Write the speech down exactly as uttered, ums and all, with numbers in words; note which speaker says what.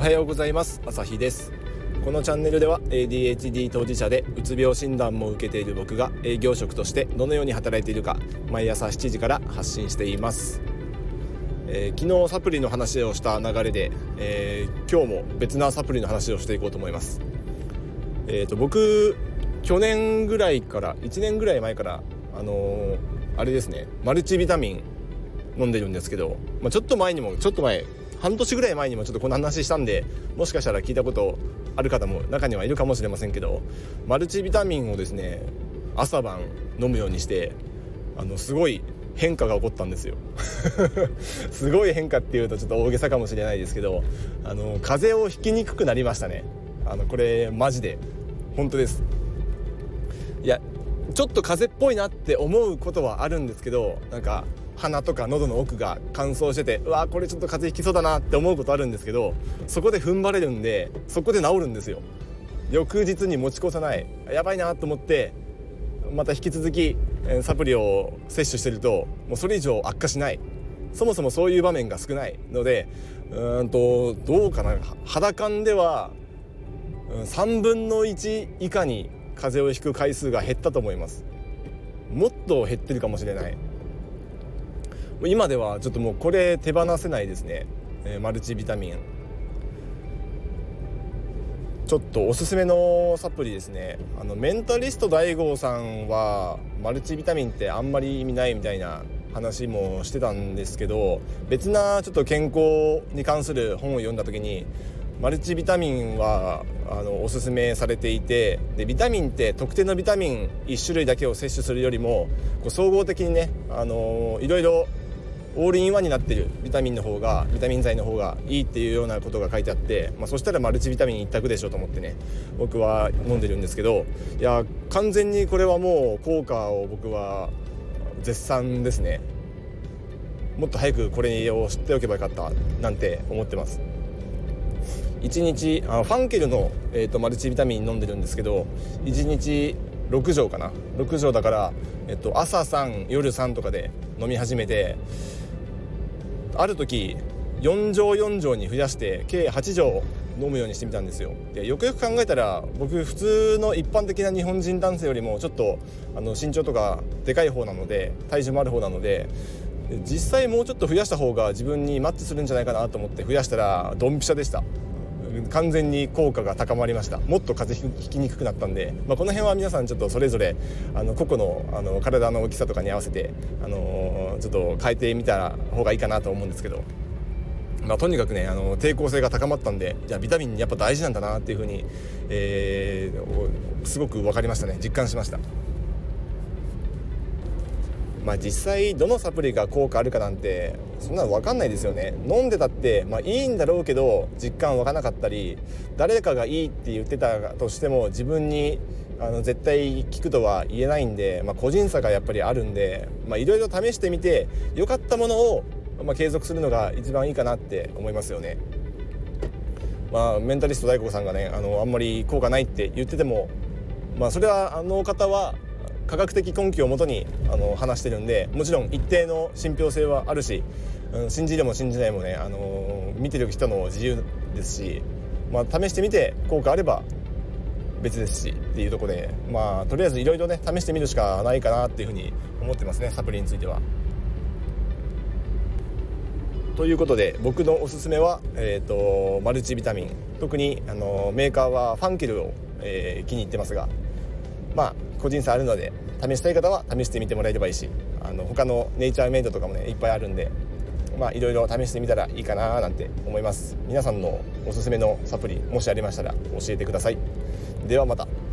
Speaker 1: おはようございます。朝日です。このチャンネルでは エーディーエイチディー 当事者でうつ病診断も受けている僕が営業職としてどのように働いているか毎朝しちじから発信しています。えー、昨日サプリの話をした流れで、えー、今日も別なサプリの話をしていこうと思います。えーと、僕去年ぐらいからいちねんぐらい前からあのー、あれですねマルチビタミン飲んでるんですけど、まあ、ちょっと前にもちょっと前半年ぐらい前にもちょっとこの話したんで、もしかしたら聞いたことある方も中にはいるかもしれませんけど、マルチビタミンをですね朝晩飲むようにしてあのすごい変化が起こったんですよすごい変化っていうとちょっと大げさかもしれないですけど、あの風邪をひきにくくなりましたね。あのこれマジで本当です。いやちょっと風邪っぽいなって思うことはあるんですけど、なんか鼻とか喉の奥が乾燥してて、うわこれちょっと風邪ひきそうだなって思うことあるんですけど、そこで踏ん張れるんでそこで治るんですよ。翌日に持ち越さない、やばいなと思ってまた引き続きサプリを摂取してるともうそれ以上悪化しない。そもそもそういう場面が少ないので、うーんとどうかな、肌感ではさんぶんのいち以下に風邪をひく回数が減ったと思います。もっと減ってるかもしれない。今ではちょっともうこれ手放せないですね、えー、マルチビタミンちょっとおすすめのサプリですね。あのメンタリスト大吾さんはマルチビタミンってあんまり意味ないみたいな話もしてたんですけど、別なちょっと健康に関する本を読んだ時にマルチビタミンはあのおすすめされていて、でビタミンって特定のビタミンいち種類だけを摂取するよりもこう総合的にね、あのいろいろオールインワンになってるビタミンの方がビタミン剤の方がいいっていうようなことが書いてあって、まあ、そしたらマルチビタミン一択でしょと思ってね僕は飲んでるんですけど、いや完全にこれはもう効果を僕は絶賛ですね。もっと早くこれを知っておけばよかったなんて思ってます。いちにちあファンケルの、えー、とマルチビタミン飲んでるんですけど、いちにちろくじょうかな、ろくじょうだから、えっと、朝さん夜さんとかで飲み始めて、ある時よんじょうよんじょうに増やして計はちじょう飲むようにしてみたんですよ。でよくよく考えたら僕普通の一般的な日本人男性よりもちょっとあの身長とかでかい方なので体重もある方なので、実際もうちょっと増やした方が自分にマッチするんじゃないかなと思って増やしたらドンピシャでした。完全に効果が高まりました。もっと風邪ひきにくくなったんで、まあ、この辺は皆さんちょっとそれぞれあの個々 の, あの体の大きさとかに合わせて、あのー、ちょっと変えてみた方がいいかなと思うんですけど、まあ、とにかくねあの抵抗性が高まったんで、じゃあビタミンやっぱ大事なんだなっていう風に、えー、すごく分かりましたね。実感しました。まあ、実際どのサプリが効果あるかなんてそんなの分かんないですよね。飲んでたって、まあ、いいんだろうけど実感湧かなかったり、誰かがいいって言ってたとしても自分にあの絶対効くとは言えないんで、まあ、個人差がやっぱりあるんで、まあ、いろいろ試してみて良かったものを、まあ、継続するのが一番いいかなって思いますよね。まあ、メンタリスト大吾さんがね あのあんまり効果ないって言ってても、まあ、それはあの方は科学的根拠をもとにあの話してるんで、もちろん一定の信憑性はあるし、うん、信じるも信じないもね、あのー、見てる人の自由ですし、まあ、試してみて効果あれば別ですしっていうところで、まあ、とりあえずいろいろね試してみるしかないかなっていうふうに思ってますね、サプリについては。ということで僕のおすすめは、えーと、マルチビタミン、特にあのメーカーはファンケルを、えー、気に入ってますが、まあ個人差あるので試したい方は試してみてもらえればいいし、あの他のネイチャーメイドとかもねいっぱいあるんで、まあいろいろ試してみたらいいかななんて思います。皆さんのおすすめのサプリもしありましたら教えてください。ではまた。